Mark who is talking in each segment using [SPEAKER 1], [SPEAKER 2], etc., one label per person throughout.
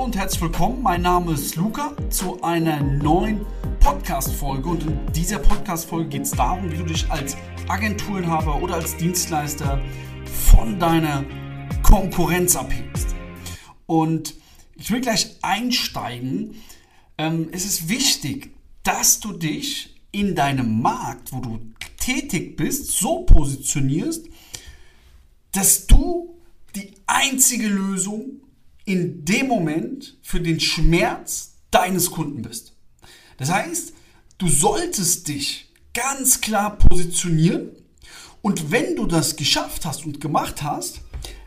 [SPEAKER 1] und herzlich willkommen. Mein Name ist Luca zu einer neuen Podcast-Folge. Und in dieser Podcast-Folge geht es darum, wie du dich als Agenturinhaber oder als Dienstleister von deiner Konkurrenz abhebst. Und ich will gleich einsteigen. Es ist wichtig, dass du dich in deinem Markt, wo du tätig bist, so positionierst, dass du die einzige Lösung in dem Moment für den Schmerz deines Kunden bist. Das heißt, du solltest dich ganz klar positionieren und wenn du das geschafft hast und gemacht hast,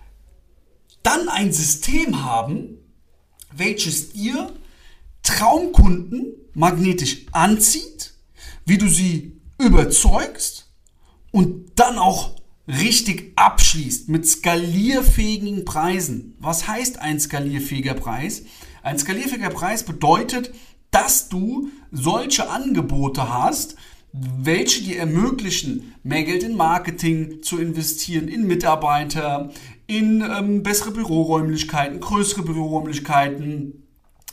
[SPEAKER 1] dann ein System haben, welches dir Traumkunden magnetisch anzieht, wie du sie überzeugst und dann auch richtig abschließt mit skalierfähigen Preisen. Was heißt ein skalierfähiger Preis? Ein skalierfähiger Preis bedeutet, dass du solche Angebote hast, welche dir ermöglichen, mehr Geld in Marketing zu investieren, in Mitarbeiter, in bessere Büroräumlichkeiten, größere Büroräumlichkeiten,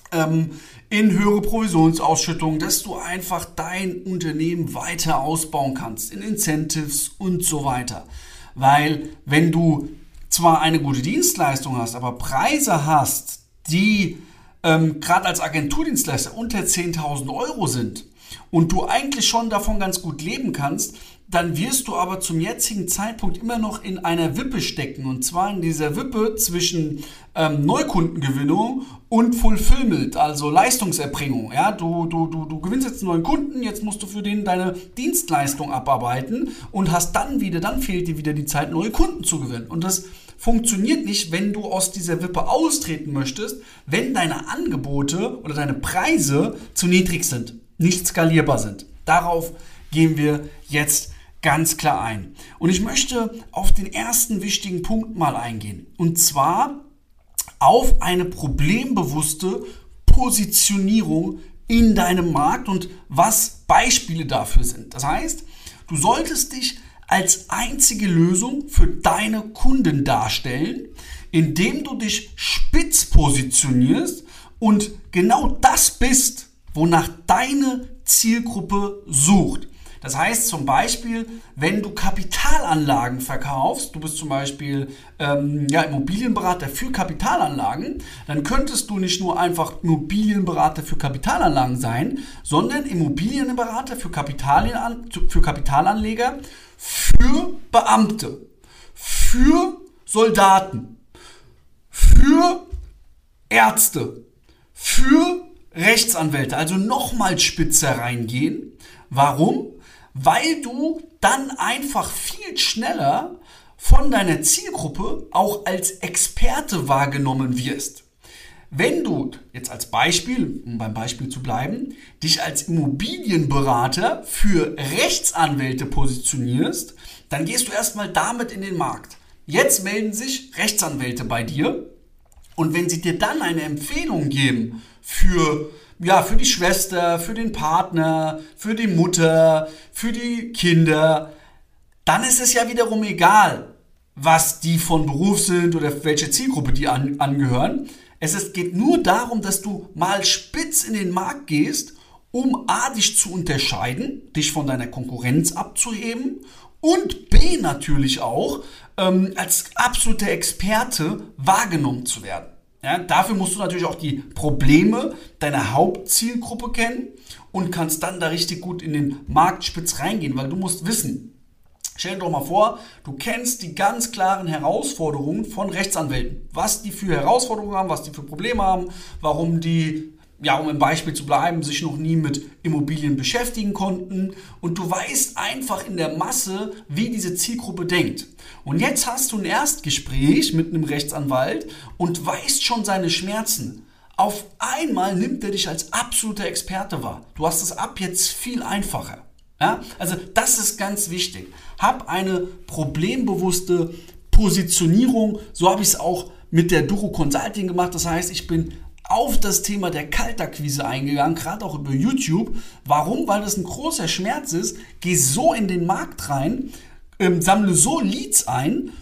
[SPEAKER 1] in höhere Provisionsausschüttungen, dass du einfach dein Unternehmen weiter ausbauen kannst, in Incentives und so weiter. Weil wenn du zwar eine gute Dienstleistung hast, aber Preise hast, die gerade als Agenturdienstleister unter 10.000 Euro sind und du eigentlich schon davon ganz gut leben kannst, dann wirst du aber zum jetzigen Zeitpunkt immer noch in einer Wippe stecken. Und zwar in dieser Wippe zwischen Neukundengewinnung und Fulfillment, also Leistungserbringung. Ja, du gewinnst jetzt einen neuen Kunden, jetzt musst du für den deine Dienstleistung abarbeiten und dann fehlt dir wieder die Zeit, neue Kunden zu gewinnen. Und das funktioniert nicht, wenn du aus dieser Wippe austreten möchtest, wenn deine Angebote oder deine Preise zu niedrig sind, nicht skalierbar sind. Darauf gehen wir jetzt ganz klar ein. Und ich möchte auf den ersten wichtigen Punkt mal eingehen. Und zwar auf eine problembewusste Positionierung in deinem Markt und was Beispiele dafür sind. Das heißt, du solltest dich als einzige Lösung für deine Kunden darstellen, indem du dich spitz positionierst und genau das bist, wonach deine Zielgruppe sucht. Das heißt zum Beispiel, wenn du Kapitalanlagen verkaufst, du bist zum Beispiel Immobilienberater für Kapitalanlagen, dann könntest du nicht nur einfach Immobilienberater für Kapitalanlagen sein, sondern Immobilienberater für Kapitalanleger, für Beamte, für Soldaten, für Ärzte, für Rechtsanwälte, also nochmal spitzer reingehen. Warum? Weil du dann einfach viel schneller von deiner Zielgruppe auch als Experte wahrgenommen wirst. Wenn du jetzt als Beispiel, um beim Beispiel zu bleiben, dich als Immobilienberater für Rechtsanwälte positionierst, dann gehst du erstmal damit in den Markt. Jetzt melden sich Rechtsanwälte bei dir und wenn sie dir dann eine Empfehlung geben für die Schwester, für den Partner, für die Mutter, für die Kinder, dann ist es ja wiederum egal, was die von Beruf sind oder welche Zielgruppe die angehören. Geht nur darum, dass du mal spitz in den Markt gehst, um A, dich zu unterscheiden, dich von deiner Konkurrenz abzuheben und B, natürlich auch als absoluter Experte wahrgenommen zu werden. Ja, dafür musst du natürlich auch die Probleme deiner Hauptzielgruppe kennen und kannst dann da richtig gut in den Markt spitz reingehen, weil du musst wissen, stell dir doch mal vor, du kennst die ganz klaren Herausforderungen von Rechtsanwälten, was die für Herausforderungen haben, was die für Probleme haben, warum die, um im Beispiel zu bleiben, sich noch nie mit Immobilien beschäftigen konnten und du weißt einfach in der Masse, wie diese Zielgruppe denkt. Und jetzt hast du ein Erstgespräch mit einem Rechtsanwalt und weißt schon seine Schmerzen. Auf einmal nimmt er dich als absoluter Experte wahr. Du hast es ab jetzt viel einfacher. Ja? Also das ist ganz wichtig. Hab eine problembewusste Positionierung. So habe ich es auch mit der Duro Consulting gemacht. Das heißt, ich bin auf das Thema der Kaltakquise eingegangen, gerade auch über YouTube. Warum? Weil das ein großer Schmerz ist. Geh so in den Markt rein, sammle so Leads ein,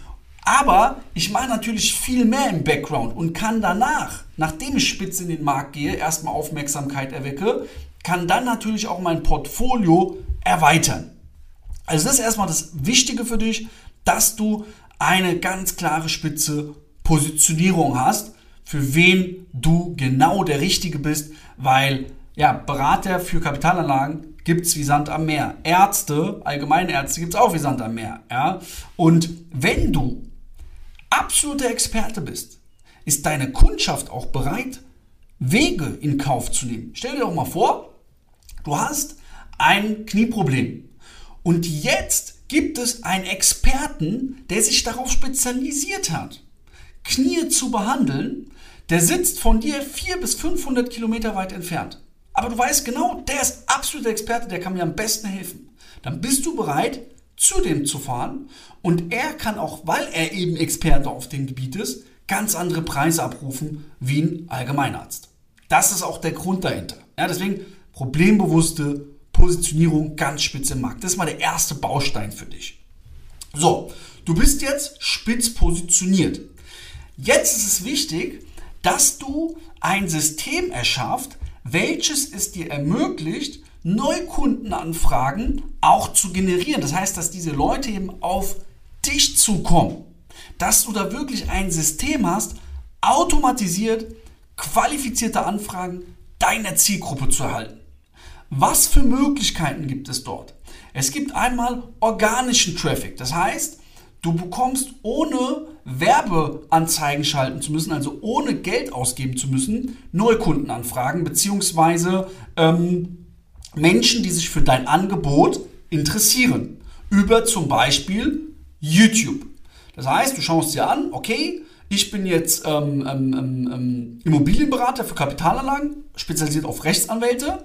[SPEAKER 1] Aber ich mache natürlich viel mehr im Background und kann danach, nachdem ich spitz in den Markt gehe, erstmal Aufmerksamkeit erwecke, kann dann natürlich auch mein Portfolio erweitern. Also das ist erstmal das Wichtige für dich, dass du eine ganz klare spitze Positionierung hast, für wen du genau der Richtige bist, weil ja, Berater für Kapitalanlagen gibt es wie Sand am Meer. Ärzte, Allgemeinärzte gibt es auch wie Sand am Meer. Ja? Und wenn du absoluter Experte bist, ist deine Kundschaft auch bereit, Wege in Kauf zu nehmen. Stell dir doch mal vor, du hast ein Knieproblem und jetzt gibt es einen Experten, der sich darauf spezialisiert hat, Knie zu behandeln. Der sitzt von dir 400 bis 500 Kilometer weit entfernt. Aber du weißt genau, der ist absoluter Experte, der kann mir am besten helfen. Dann bist du bereit, zu dem zu fahren und er kann auch, weil er eben Experte auf dem Gebiet ist, ganz andere Preise abrufen wie ein Allgemeinarzt. Das ist auch der Grund dahinter. Ja, deswegen problembewusste Positionierung ganz spitz im Markt. Das ist mal der erste Baustein für dich. So, du bist jetzt spitz positioniert. Jetzt ist es wichtig, dass du ein System erschaffst, welches es dir ermöglicht, Neukundenanfragen auch zu generieren. Das heißt, dass diese Leute eben auf dich zukommen. Dass du da wirklich ein System hast, automatisiert qualifizierte Anfragen deiner Zielgruppe zu erhalten. Was für Möglichkeiten gibt es dort? Es gibt einmal organischen Traffic. Das heißt, du bekommst ohne Werbeanzeigen schalten zu müssen, also ohne Geld ausgeben zu müssen, Neukundenanfragen beziehungsweise Menschen, die sich für dein Angebot interessieren. Über zum Beispiel YouTube. Das heißt, du schaust dir an, okay, ich bin jetzt Immobilienberater für Kapitalanlagen, spezialisiert auf Rechtsanwälte.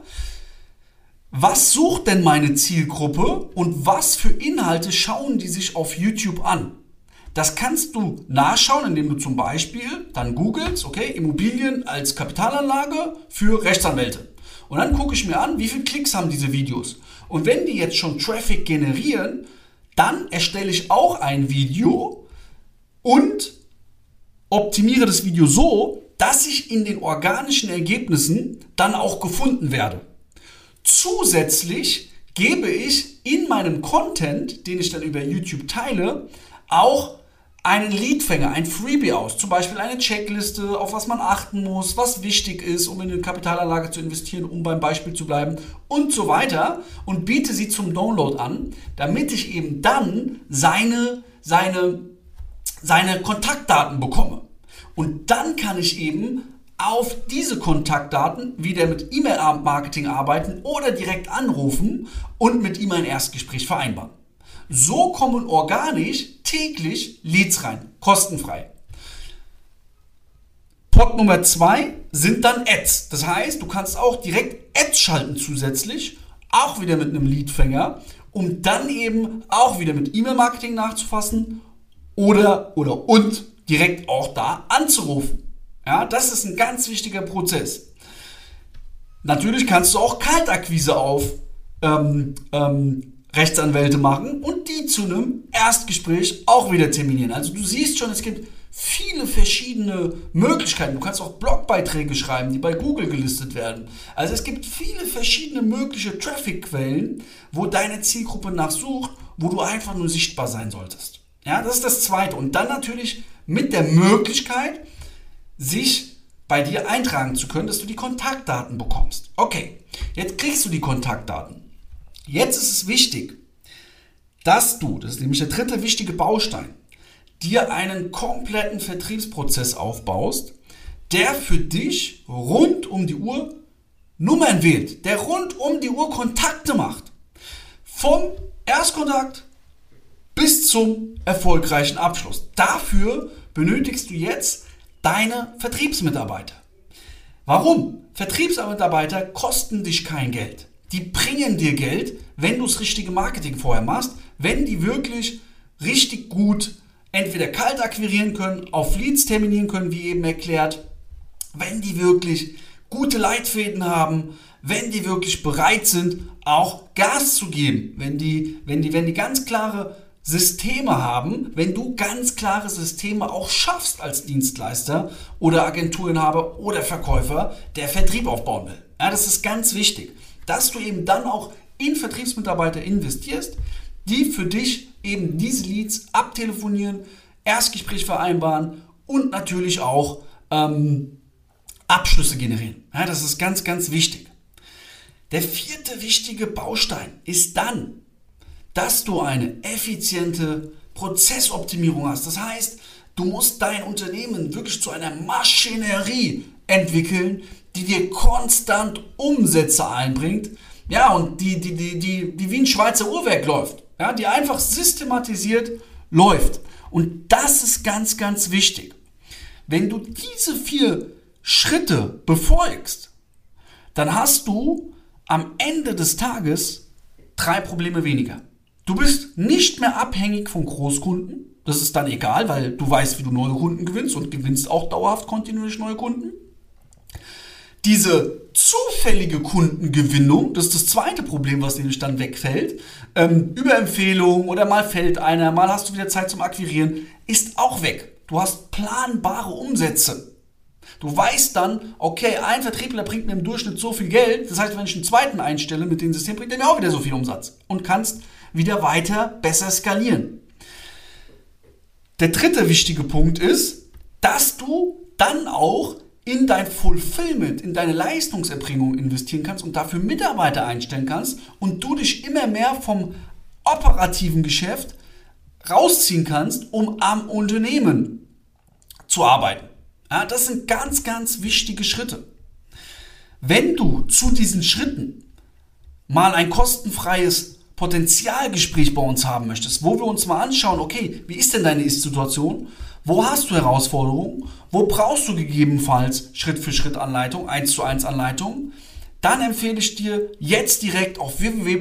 [SPEAKER 1] Was sucht denn meine Zielgruppe und was für Inhalte schauen die sich auf YouTube an? Das kannst du nachschauen, indem du zum Beispiel dann googelst, okay, Immobilien als Kapitalanlage für Rechtsanwälte. Und dann gucke ich mir an, wie viele Klicks haben diese Videos. Und wenn die jetzt schon Traffic generieren, dann erstelle ich auch ein Video und optimiere das Video so, dass ich in den organischen Ergebnissen dann auch gefunden werde. Zusätzlich gebe ich in meinem Content, den ich dann über YouTube teile, auch einen Leadfänger, ein Freebie aus. Zum Beispiel eine Checkliste, auf was man achten muss, was wichtig ist, um in eine Kapitalanlage zu investieren, um beim Beispiel zu bleiben und so weiter. Und biete sie zum Download an, damit ich eben dann seine Kontaktdaten bekomme. Und dann kann ich eben auf diese Kontaktdaten wieder mit E-Mail-Marketing arbeiten oder direkt anrufen und mit ihm ein Erstgespräch vereinbaren. So kommen organisch täglich Leads rein, kostenfrei. Pot Nummer 2 sind dann Ads. Das heißt, du kannst auch direkt Ads schalten zusätzlich, auch wieder mit einem Leadfänger, um dann eben auch wieder mit E-Mail-Marketing nachzufassen oder direkt auch da anzurufen. Ja, das ist ein ganz wichtiger Prozess. Natürlich kannst du auch Kaltakquise auf Rechtsanwälte machen und die zu einem Erstgespräch auch wieder terminieren. Also du siehst schon, es gibt viele verschiedene Möglichkeiten. Du kannst auch Blogbeiträge schreiben, die bei Google gelistet werden. Also es gibt viele verschiedene mögliche Traffic-Quellen, wo deine Zielgruppe nachsucht, wo du einfach nur sichtbar sein solltest. Ja, das ist das Zweite. Und dann natürlich mit der Möglichkeit, sich bei dir eintragen zu können, dass du die Kontaktdaten bekommst. Okay, jetzt kriegst du die Kontaktdaten. Jetzt ist es wichtig, dass du, das ist nämlich der dritte wichtige Baustein, dir einen kompletten Vertriebsprozess aufbaust, der für dich rund um die Uhr Nummern wählt, der rund um die Uhr Kontakte macht. Vom Erstkontakt bis zum erfolgreichen Abschluss. Dafür benötigst du jetzt deine Vertriebsmitarbeiter. Warum? Vertriebsmitarbeiter kosten dich kein Geld. Die bringen dir Geld, wenn du das richtige Marketing vorher machst, wenn die wirklich richtig gut entweder kalt akquirieren können, auf Leads terminieren können, wie eben erklärt, wenn die wirklich gute Leitfäden haben, wenn die wirklich bereit sind, auch Gas zu geben, wenn die ganz klare Systeme haben, wenn du ganz klare Systeme auch schaffst als Dienstleister oder Agenturinhaber oder Verkäufer, der Vertrieb aufbauen will. Ja, das ist ganz wichtig, dass du eben dann auch in Vertriebsmitarbeiter investierst, die für dich eben diese Leads abtelefonieren, Erstgespräch vereinbaren und natürlich auch Abschlüsse generieren. Ja, das ist ganz, ganz wichtig. Der vierte wichtige Baustein ist dann, dass du eine effiziente Prozessoptimierung hast. Das heißt, du musst dein Unternehmen wirklich zu einer Maschinerie entwickeln, die dir konstant Umsätze einbringt, ja, und die wie ein Schweizer Uhrwerk läuft, ja, die einfach systematisiert läuft. Und das ist ganz, ganz wichtig. Wenn du diese 4 Schritte befolgst, dann hast du am Ende des Tages 3 Probleme weniger. Du bist nicht mehr abhängig von Großkunden. Das ist dann egal, weil du weißt, wie du neue Kunden gewinnst und gewinnst auch dauerhaft kontinuierlich neue Kunden. Diese zufällige Kundengewinnung, das ist das zweite Problem, was nämlich dann wegfällt, über Empfehlungen oder mal fällt einer, mal hast du wieder Zeit zum Akquirieren, ist auch weg. Du hast planbare Umsätze. Du weißt dann, okay, ein Vertriebler bringt mir im Durchschnitt so viel Geld, das heißt, wenn ich einen zweiten einstelle mit dem System, bringt er mir auch wieder so viel Umsatz und kannst wieder weiter besser skalieren. Der dritte wichtige Punkt ist, dass du dann auch in dein Fulfillment, in deine Leistungserbringung investieren kannst und dafür Mitarbeiter einstellen kannst und du dich immer mehr vom operativen Geschäft rausziehen kannst, um am Unternehmen zu arbeiten. Ja, das sind ganz, ganz wichtige Schritte. Wenn du zu diesen Schritten mal ein kostenfreies Potenzialgespräch bei uns haben möchtest, wo wir uns mal anschauen, okay, wie ist denn deine Ist-Situation? Wo hast du Herausforderungen? Wo brauchst du gegebenenfalls Schritt-für-Schritt Anleitung, 1:1 Anleitung? Dann empfehle ich dir, jetzt direkt auf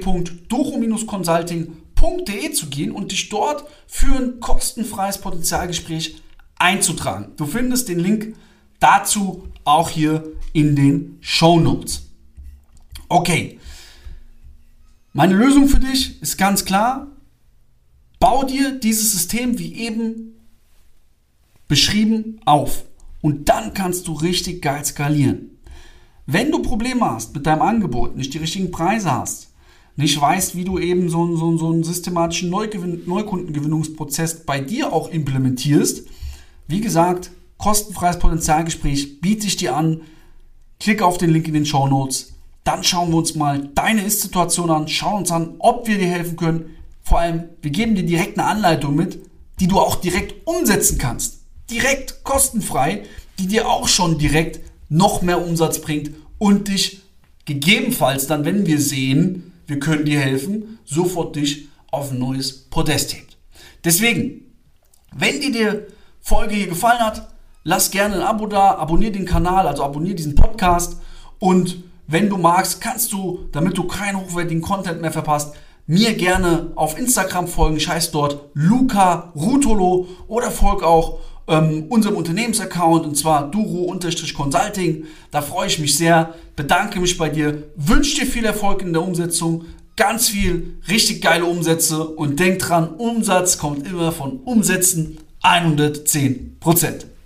[SPEAKER 1] www.doro-consulting.de zu gehen und dich dort für ein kostenfreies Potenzialgespräch einzutragen. Du findest den Link dazu auch hier in den Shownotes. Okay. Meine Lösung für dich ist ganz klar, bau dir dieses System wie eben beschrieben auf und dann kannst du richtig geil skalieren. Wenn du Probleme hast mit deinem Angebot, nicht die richtigen Preise hast, nicht weißt, wie du eben so einen systematischen Neukundengewinnungsprozess bei dir auch implementierst, wie gesagt, kostenfreies Potenzialgespräch biete ich dir an, klick auf den Link in den Shownotes. Dann schauen wir uns mal deine Ist-Situation an, schauen uns an, ob wir dir helfen können. Vor allem, wir geben dir direkt eine Anleitung mit, die du auch direkt umsetzen kannst. Direkt kostenfrei, die dir auch schon direkt noch mehr Umsatz bringt und dich gegebenenfalls dann, wenn wir sehen, wir können dir helfen, sofort dich auf ein neues Podest hebt. Deswegen, wenn dir die Folge hier gefallen hat, lass gerne ein Abo da, abonniere den Kanal, also abonniere diesen Podcast und wenn du magst, kannst du, damit du keinen hochwertigen Content mehr verpasst, mir gerne auf Instagram folgen. Ich heiße dort Luca Rutolo oder folg auch unserem Unternehmensaccount und zwar Doro-Consulting. Da freue ich mich sehr, bedanke mich bei dir, wünsche dir viel Erfolg in der Umsetzung, ganz viel richtig geile Umsätze und denk dran, Umsatz kommt immer von Umsätzen 110%.